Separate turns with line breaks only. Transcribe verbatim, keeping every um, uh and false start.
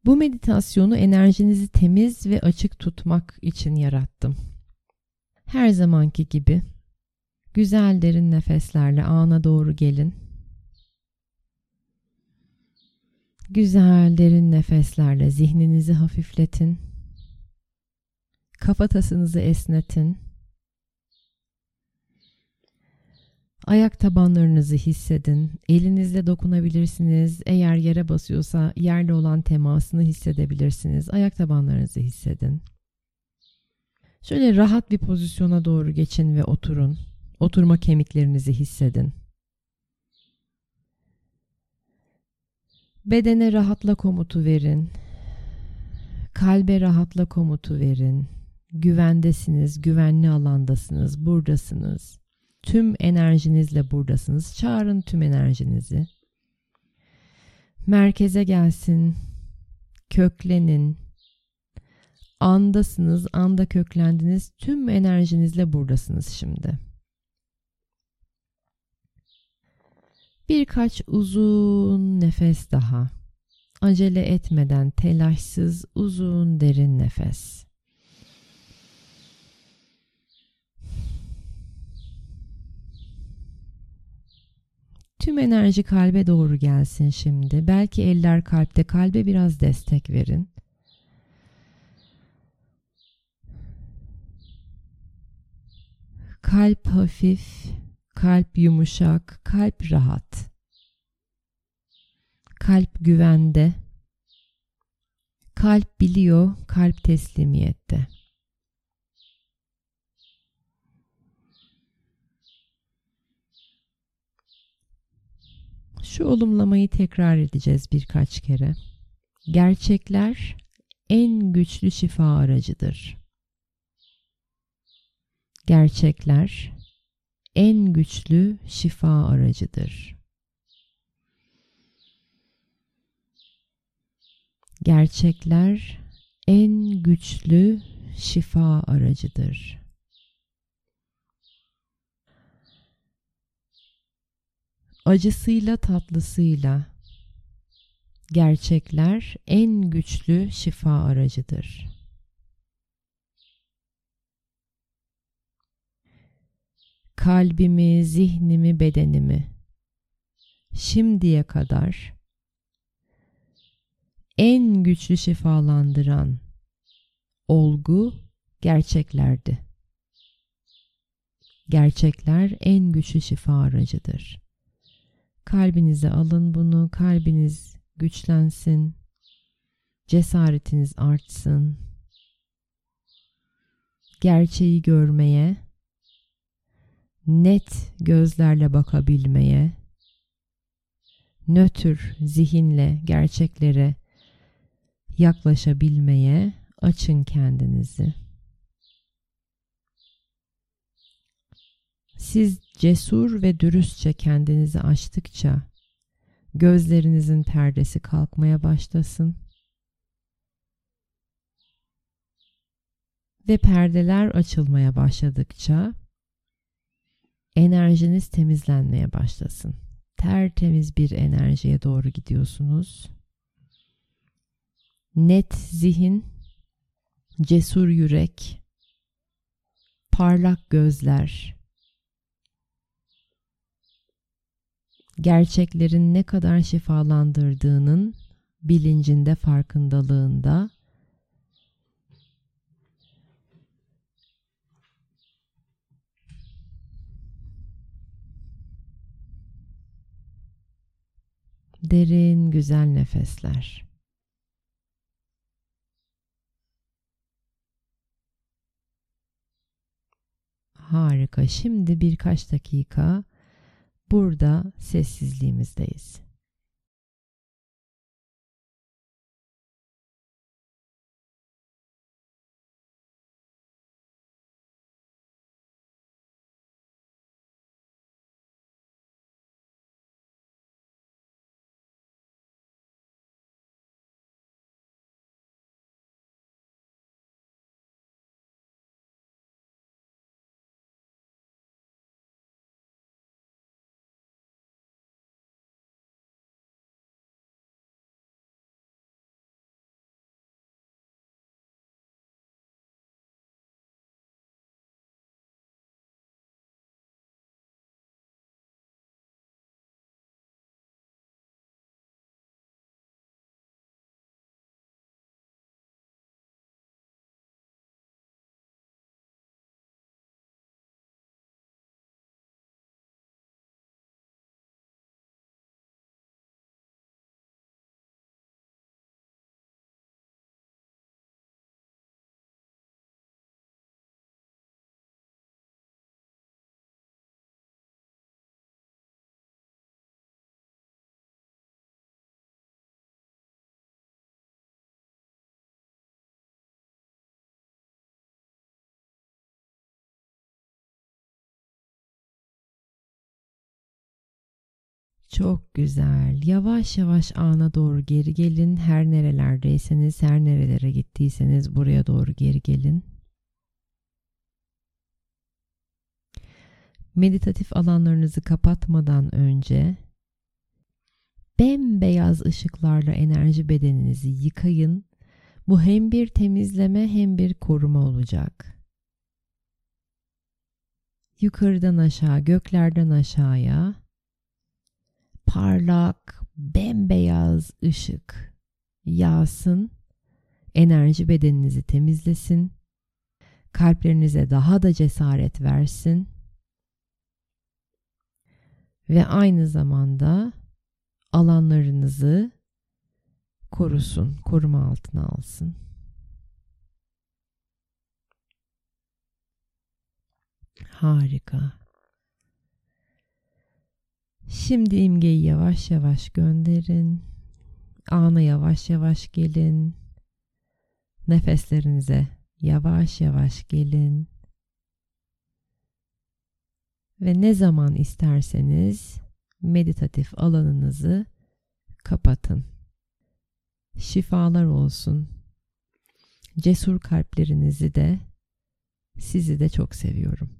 Bu meditasyonu enerjinizi temiz ve açık tutmak için yarattım. Her zamanki gibi güzel derin nefeslerle ana doğru gelin. Güzel derin nefeslerle zihninizi hafifletin. Kafatasınızı esnetin. Ayak tabanlarınızı hissedin. Elinizle dokunabilirsiniz. Eğer yere basıyorsa yerle olan temasını hissedebilirsiniz. Ayak tabanlarınızı hissedin. Şöyle rahat bir pozisyona doğru geçin ve oturun. Oturma kemiklerinizi hissedin. Bedene rahatla komutu verin. Kalbe rahatla komutu verin. Güvendesiniz, güvenli alandasınız, buradasınız. Tüm enerjinizle buradasınız. Çağırın tüm enerjinizi. Merkeze gelsin. Köklenin. Andasınız, anda köklendiniz. Tüm enerjinizle buradasınız şimdi. Birkaç uzun nefes daha. Acele etmeden telaşsız uzun derin nefes. Tüm enerji kalbe doğru gelsin şimdi. Belki eller kalpte. Kalbe biraz destek verin. Kalp hafif, kalp yumuşak, kalp rahat. Kalp güvende. Kalp biliyor, kalp teslimiyette. Şu olumlamayı tekrar edeceğiz birkaç kere. Gerçekler en güçlü şifa aracıdır. Gerçekler en güçlü şifa aracıdır. Gerçekler en güçlü şifa aracıdır. Acısıyla tatlısıyla gerçekler en güçlü şifa aracıdır. Kalbimi, zihnimi, bedenimi şimdiye kadar en güçlü şifalandıran olgu gerçeklerdi. Gerçekler en güçlü şifa aracıdır. Kalbinize alın bunu, kalbiniz güçlensin, cesaretiniz artsın. Gerçeği görmeye, net gözlerle bakabilmeye, nötr zihinle gerçeklere yaklaşabilmeye açın kendinizi. Siz cesur ve dürüstçe kendinizi açtıkça gözlerinizin perdesi kalkmaya başlasın. Ve perdeler açılmaya başladıkça enerjiniz temizlenmeye başlasın. Tertemiz bir enerjiye doğru gidiyorsunuz. Net zihin, cesur yürek, parlak gözler, gerçeklerin ne kadar şifalandırdığının bilincinde, farkındalığında derin, güzel nefesler. Harika. Şimdi birkaç dakika burada sessizliğimizdeyiz. Çok güzel. Yavaş yavaş ana doğru geri gelin. Her nerelerdeyseniz, her nerelere gittiyseniz buraya doğru geri gelin. Meditatif alanlarınızı kapatmadan önce bembeyaz ışıklarla enerji bedeninizi yıkayın. Bu hem bir temizleme hem bir koruma olacak. Yukarıdan aşağı, göklerden aşağıya parlak, bembeyaz ışık yağsın. Enerji bedeninizi temizlesin. Kalplerinize daha da cesaret versin. Ve aynı zamanda alanlarınızı korusun, koruma altına alsın. Harika. Şimdi imgeyi yavaş yavaş gönderin. Ana yavaş yavaş gelin. Nefeslerinize yavaş yavaş gelin. Ve ne zaman isterseniz meditatif alanınızı kapatın. Şifalar olsun. Cesur kalplerinizi de, sizi de çok seviyorum.